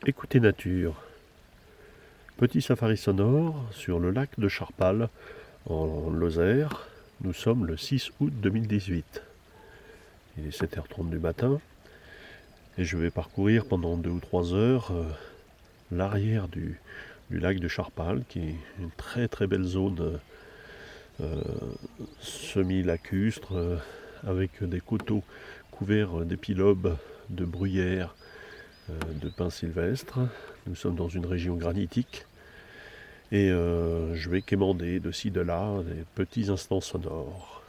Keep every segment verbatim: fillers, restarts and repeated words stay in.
Écoutez nature, petit safari sonore sur le lac de Charpal, en Lozère. Nous sommes le six août deux mille dix-huit. Il est sept heures trente du matin et je vais parcourir pendant deux ou trois heures euh, l'arrière du, du lac de Charpal, qui est une très très belle zone euh, semi-lacustre euh, avec des coteaux couverts d'épilobes, de bruyères, euh, de pins sylvestres. Nous sommes dans une région granitique et euh, je vais quémander de ci de là des petits instants sonores.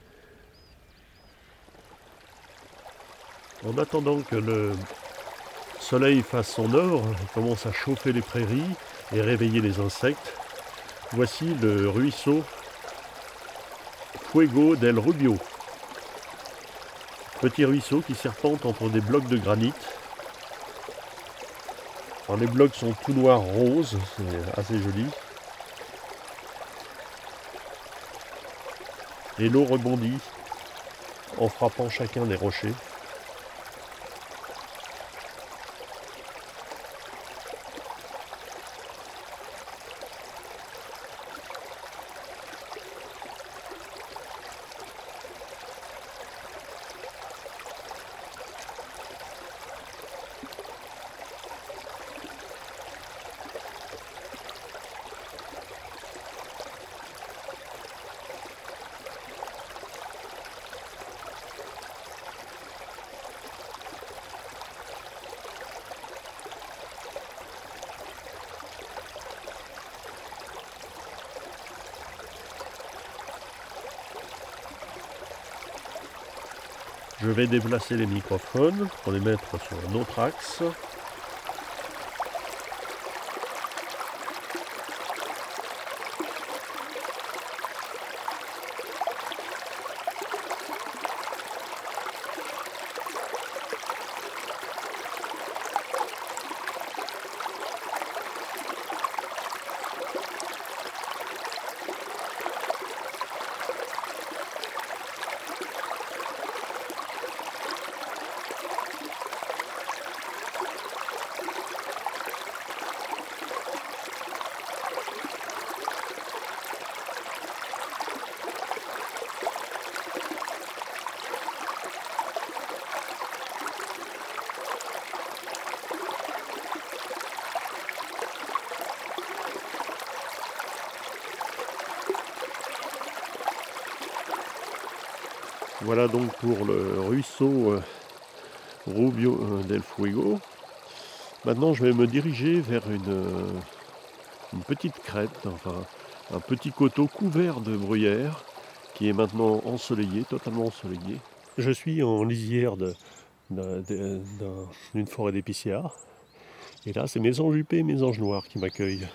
En attendant que le soleil fasse son œuvre, commence à chauffer les prairies et réveiller les insectes, voici le ruisseau Fuego del Rubio. Petit ruisseau qui serpente entre des blocs de granit. Alors, les blocs sont tout noirs roses, c'est assez joli. Et l'eau rebondit en frappant chacun des rochers. Je vais déplacer les microphones pour les mettre sur un autre axe. Voilà donc pour le ruisseau euh, Rubio euh, del Fuego. Maintenant, je vais me diriger vers une, euh, une petite crête, enfin un petit coteau couvert de bruyères qui est maintenant ensoleillé, totalement ensoleillé. Je suis en lisière de, de, de, d'une forêt d'épicéas. Et là, c'est mes enjupés et mes anges noirs qui m'accueillent.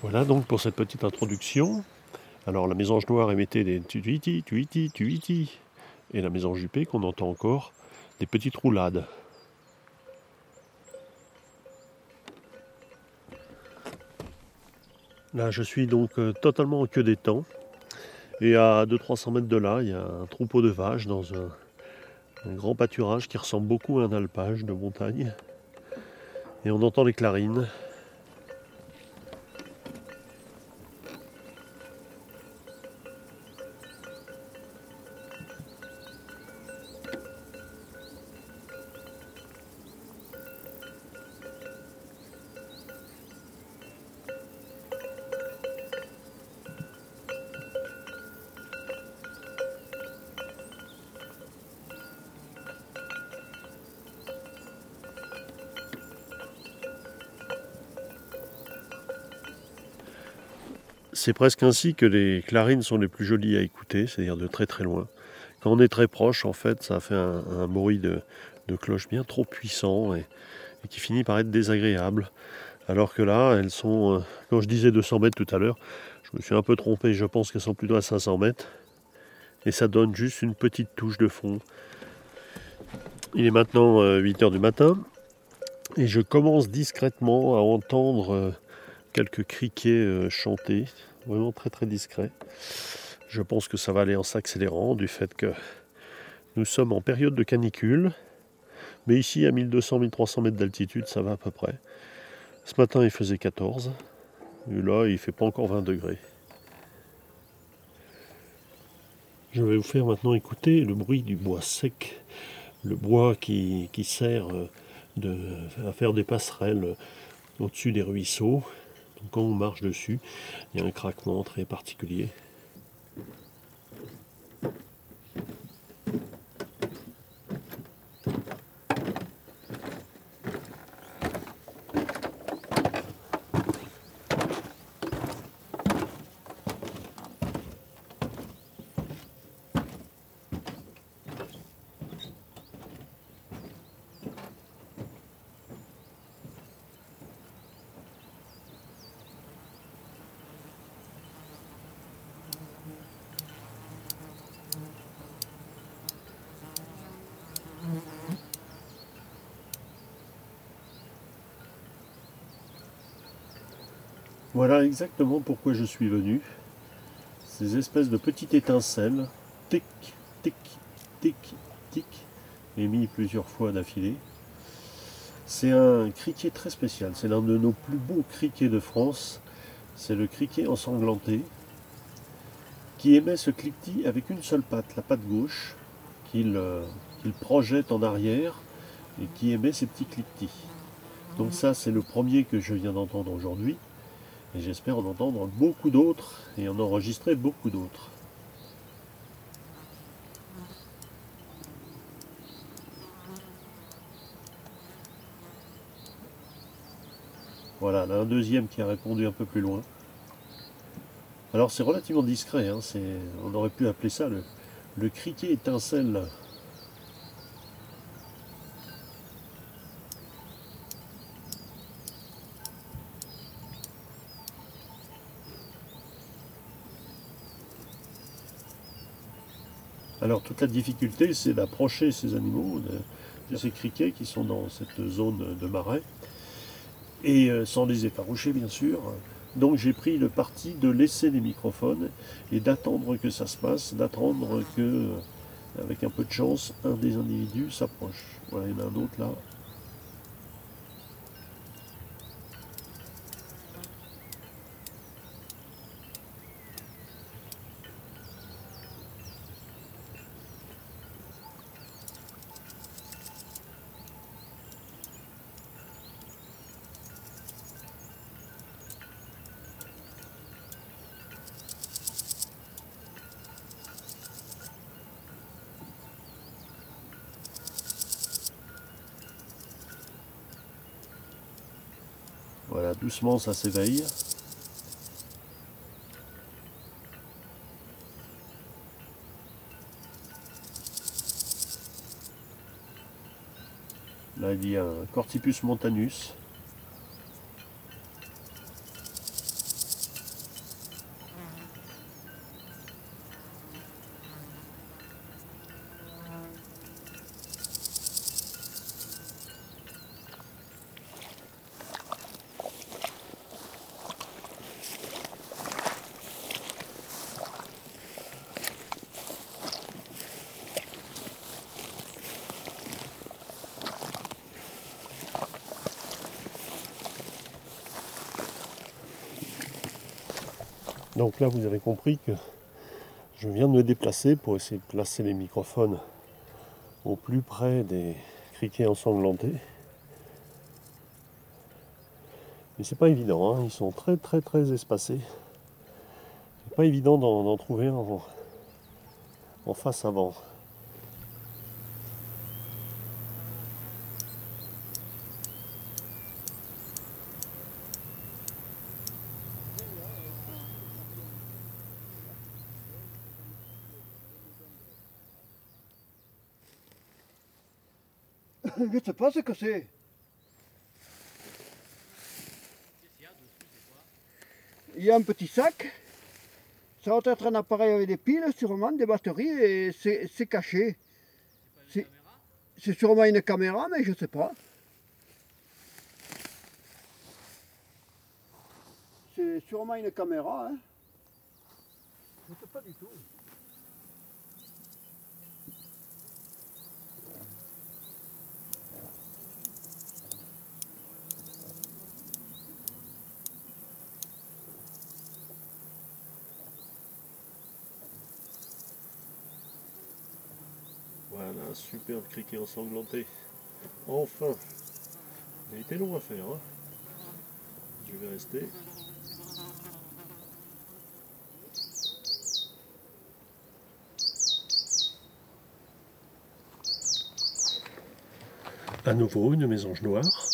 Voilà donc pour cette petite introduction. Alors la mésange noire émettait des tuiti, tuiti, tuiti, et la mésange huppée qu'on entend encore, des petites roulades. Là je suis donc euh, totalement en queue d'étang, et à deux cents à trois cents mètres de là, il y a un troupeau de vaches dans un, un grand pâturage qui ressemble beaucoup à un alpage de montagne. Et on entend les clarines. C'est presque ainsi que les clarines sont les plus jolies à écouter, c'est-à-dire de très très loin. Quand on est très proche, en fait, ça fait un, un bruit de, de cloche bien trop puissant et, et qui finit par être désagréable. Alors que là, elles sont, euh, quand je disais deux cents mètres tout à l'heure, je me suis un peu trompé, je pense qu'elles sont plutôt à cinq cents mètres. Et ça donne juste une petite touche de fond. Il est maintenant euh, huit heures du matin et je commence discrètement à entendre euh, quelques criquets euh, chanter, vraiment très très discret. Je pense que ça va aller en s'accélérant du fait que nous sommes en période de canicule, mais ici à mille deux cents à mille trois cents mètres d'altitude, ça va à peu près. Ce matin il faisait quatorze, et là il ne fait pas encore vingt degrés. Je vais vous faire maintenant écouter le bruit du bois sec, le bois qui, qui sert de, à faire des passerelles au-dessus des ruisseaux. Donc quand on marche dessus, il y a un craquement très particulier. Voilà exactement pourquoi je suis venu. Ces espèces de petites étincelles, tic, tic, tic, tic, émis plusieurs fois d'affilée. C'est un criquet très spécial, c'est l'un de nos plus beaux criquets de France. C'est le criquet ensanglanté qui émet ce cliquetis avec une seule patte, la patte gauche, qu'il euh, qu'il projette en arrière et qui émet ces petits cliquetis. Donc ça, c'est le premier que je viens d'entendre aujourd'hui. Et j'espère en entendre beaucoup d'autres et en enregistrer beaucoup d'autres. Voilà, là un deuxième qui a répondu un peu plus loin. Alors c'est relativement discret, hein, c'est, on aurait pu appeler ça le, le criquet étincelle. Alors toute la difficulté, c'est d'approcher ces animaux, de, de ces criquets qui sont dans cette zone de marais, et euh, sans les effaroucher bien sûr. Donc j'ai pris le parti de laisser les microphones et d'attendre que ça se passe, d'attendre que, avec un peu de chance, un des individus s'approche. Voilà, il y en a un autre là. Voilà, doucement ça s'éveille. Là il y a un Cortipus montanus. Donc là, vous avez compris que je viens de me déplacer pour essayer de placer les microphones au plus près des criquets ensanglantés. Mais c'est pas évident, hein. Ils sont très très très espacés. C'est pas évident d'en, d'en trouver un en, en face avant. Je sais pas ce que c'est. Il y a un petit sac. Ça doit être un appareil avec des piles, sûrement, des batteries, et c'est c'est caché. C'est c'est sûrement une caméra, mais je sais pas. C'est sûrement une caméra, hein. Je sais pas du tout. Voilà, un superbe criquet ensanglanté. Enfin, il a été long à faire, hein. Je vais rester. À nouveau, une mésange noire.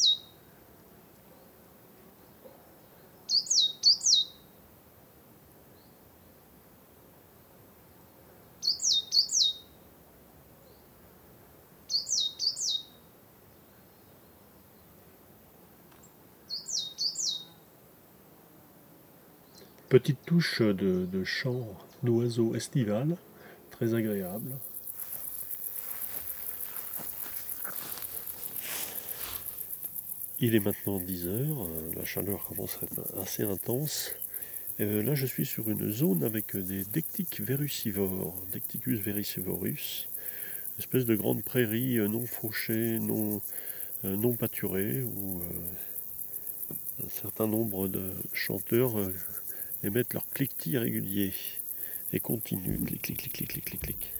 Petite touche de, de chant d'oiseau estival, très agréable. Il est maintenant dix heures, la chaleur commence à être assez intense. Euh, là, je suis sur une zone avec des dectiques verrucivores, Decticus verrucivorus, une espèce de grande prairie non fauchée, non, euh, non pâturée, où euh, un certain nombre de chanteurs euh, émettent leur cliquetis régulier et continuent, clic, clic, clic, clic, clic, clic, clic.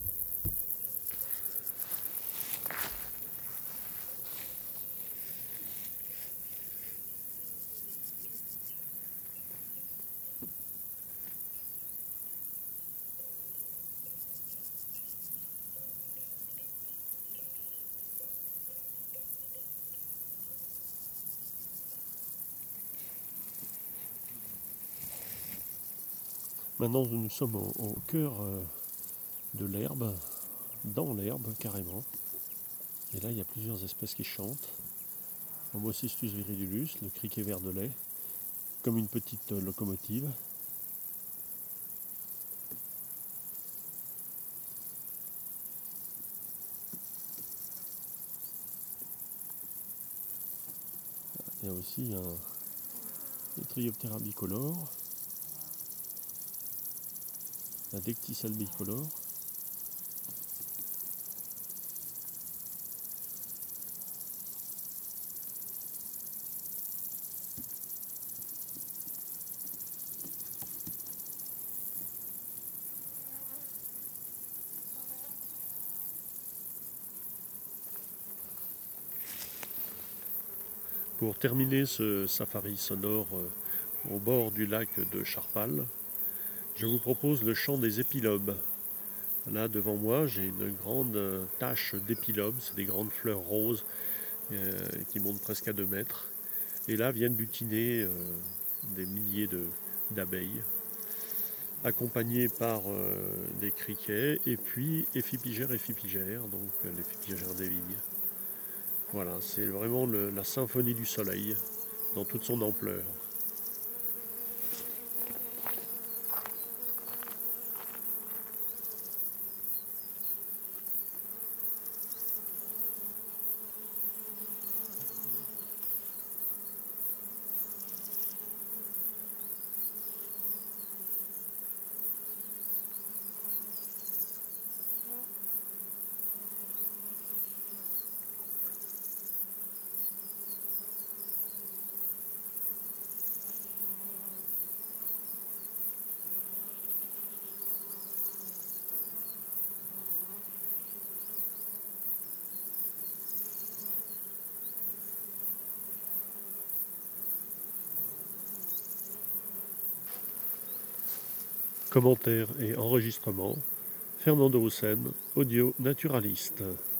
Maintenant, nous sommes au, au cœur euh, de l'herbe, dans l'herbe carrément. Et là, il y a plusieurs espèces qui chantent. Homocystus viridulus, le criquet vert de lait, comme une petite euh, locomotive. Il y a aussi un Trioptera bicolore, un Dectis albicolore. Pour terminer ce safari sonore euh, au bord du lac de Charpal, je vous propose le chant des épilobes. Là devant moi, j'ai une grande tache d'épilobes, c'est des grandes fleurs roses euh, qui montent presque à deux mètres. Et là viennent butiner euh, des milliers de, d'abeilles, accompagnées par euh, des criquets et puis éphipigères éphipigères, donc euh, les éphipigères des vignes. Voilà, c'est vraiment le, la symphonie du soleil dans toute son ampleur. Commentaires et enregistrements, Fernando Houssen, audio naturaliste.